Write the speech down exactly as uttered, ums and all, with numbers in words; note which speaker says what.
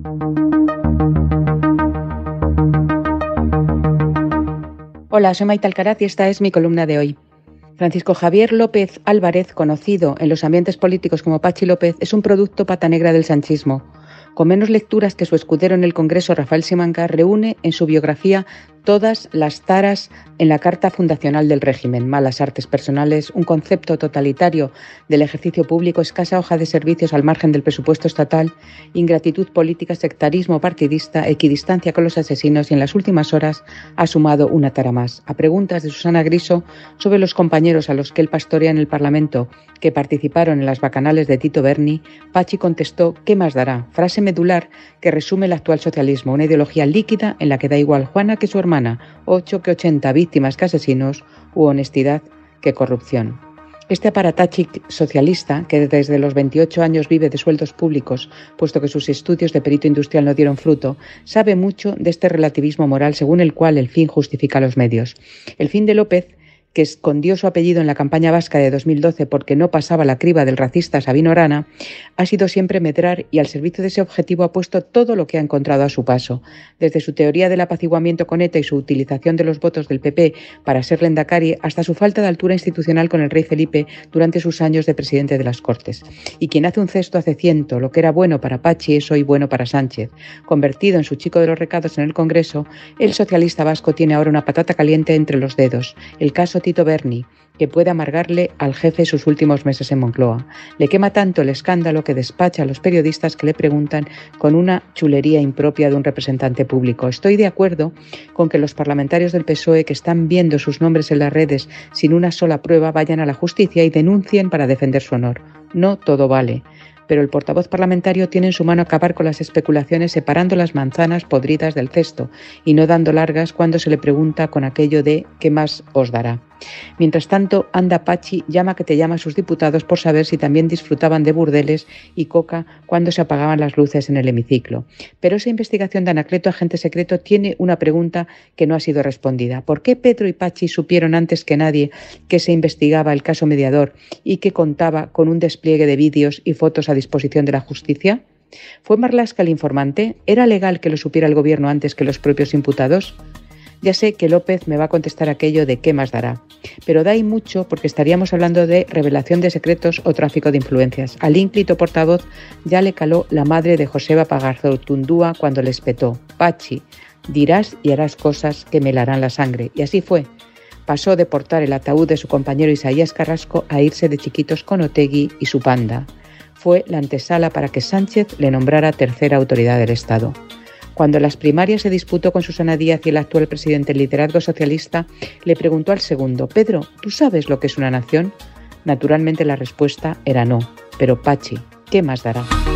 Speaker 1: Hola, soy Maite Alcaraz y esta es mi columna de hoy. Francisco Javier López Álvarez, conocido en los ambientes políticos como Pachi López, es un producto pata negra del sanchismo. Con menos lecturas que su escudero en el Congreso, Rafael Simancas, reúne en su biografía todas las taras en la Carta Fundacional del régimen: malas artes personales, un concepto totalitario del ejercicio público, escasa hoja de servicios al margen del presupuesto estatal, ingratitud política, sectarismo partidista, equidistancia con los asesinos y en las últimas horas ha sumado una tara más. A preguntas de Susana Griso sobre los compañeros a los que él pastorea en el Parlamento que participaron en las bacanales de Tito Berni, Pachi contestó: ¿qué más dará? Frase medular que resume el actual socialismo, una ideología líquida en la que da igual Juana que su hermana, ocho que ochenta, víctimas que asesinos, u honestidad que corrupción. Este aparatachic socialista, que desde los veintiocho años vive de sueldos públicos, puesto que sus estudios de perito industrial no dieron fruto, sabe mucho de este relativismo moral según el cual el fin justifica los medios. El fin de López, que escondió su apellido en la campaña vasca de dos mil doce porque no pasaba la criba del racista Sabino Arana, ha sido siempre medrar y al servicio de ese objetivo ha puesto todo lo que ha encontrado a su paso, desde su teoría del apaciguamiento con ETA y su utilización de los votos del P P para ser Lehendakari hasta su falta de altura institucional con el rey Felipe durante sus años de presidente de las Cortes. Y quien hace un cesto hace ciento, lo que era bueno para Pachi es hoy bueno para Sánchez. Convertido en su chico de los recados en el Congreso, el socialista vasco tiene ahora una patata caliente entre los dedos: el caso Tito Berni, que puede amargarle al jefe sus últimos meses en Moncloa. Le quema tanto el escándalo que despacha a los periodistas que le preguntan con una chulería impropia de un representante público. Estoy de acuerdo con que los parlamentarios del P S O E que están viendo sus nombres en las redes sin una sola prueba vayan a la justicia y denuncien para defender su honor. No todo vale. Pero el portavoz parlamentario tiene en su mano acabar con las especulaciones separando las manzanas podridas del cesto y no dando largas cuando se le pregunta con aquello de ¿qué más os dará? Mientras tanto, anda Pachi, llama que te llama a sus diputados por saber si también disfrutaban de burdeles y coca cuando se apagaban las luces en el hemiciclo. Pero esa investigación de Anacleto, agente secreto, tiene una pregunta que no ha sido respondida. ¿Por qué Pedro y Pachi supieron antes que nadie que se investigaba el caso Mediador y que contaba con un despliegue de vídeos y fotos a disposición de la justicia? ¿Fue Marlaska el informante? ¿Era legal que lo supiera el gobierno antes que los propios imputados? Ya sé que López me va a contestar aquello de ¿qué más dará? Pero da ahí mucho porque estaríamos hablando de revelación de secretos o tráfico de influencias. Al ínclito portavoz ya le caló la madre de Joseba Pagarzotundúa cuando le espetó: Pachi, dirás y harás cosas que me helarán la sangre. Y así fue. Pasó de portar el ataúd de su compañero Isaías Carrasco a irse de chiquitos con Otegi y su panda. Fue la antesala para que Sánchez le nombrara tercera autoridad del Estado. Cuando en las primarias se disputó con Susana Díaz y el actual presidente el liderazgo socialista, le preguntó al segundo: Pedro, ¿tú sabes lo que es una nación? Naturalmente la respuesta era no, pero Pachi, ¿qué más dará?